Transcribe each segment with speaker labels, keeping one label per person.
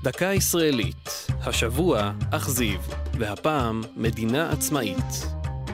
Speaker 1: דקה ישראלית, השבוע אכזיב, והפעם מדינה עצמאית.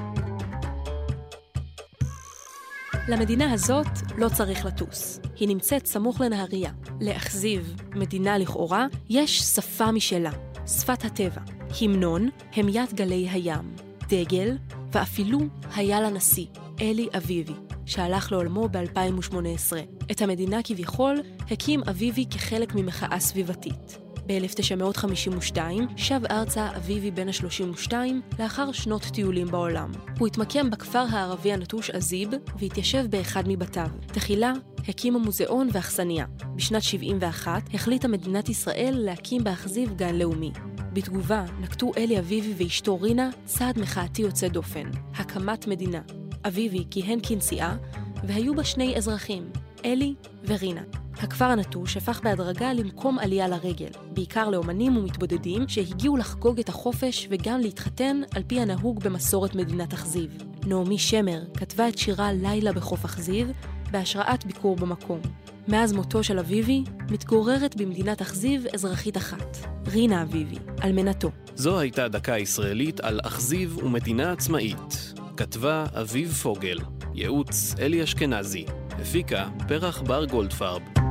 Speaker 2: למדינה הזאת לא צריך לטוס. היא נמצאת סמוך לנהריה. לאכזיב, מדינה לכאורה, יש שפה משלה, שפת הטבע. המנון, המיית גלי הים, דגל, ואפילו היה לנשיא, אלי אביבי, שהלך לעולמו ב-2018. את המדינה כביכול הקים אביבי כחלק ממחאה סביבתית. ב-1952 שב ארצה אביבי בן ה-32 לאחר שנות טיולים בעולם. הוא התמקם בכפר הערבי הנטוש עזיב והתיישב באחד מבתיו. תחילה הקימה מוזיאון ואכסניה. בשנת 71 החליטה מדינת ישראל להקים באכזיב גן לאומי. בתגובה נקטו אלי אביבי ואשתו רינה צעד מחאתי יוצא דופן, הקמת מדינה. אביבי כיהן כנשיאה והיו בה שני אזרחים, אלי ורינה. הכפר הנטוש הפך בהדרגה למקום עלייה לרגל, בעיקר לאומנים ומתבודדים שהגיעו לחגוג את החופש וגם להתחתן על פי הנהוג במסורת מדינת אכזיב. נעמי שמר כתבה את שירה לילה בחוף אכזיב בהשראת ביקור במקום. מאז מותו של אביבי מתגוררת במדינת אכזיב אזרחית אחת, רינה אביבי, אלמנתו.
Speaker 1: זו הייתה דקה ישראלית על אכזיב ומדינה עצמאית. כתבה אביב פוגל, ייעוץ אלי אשכנזי, הפיקה פרח בר גולדפרב.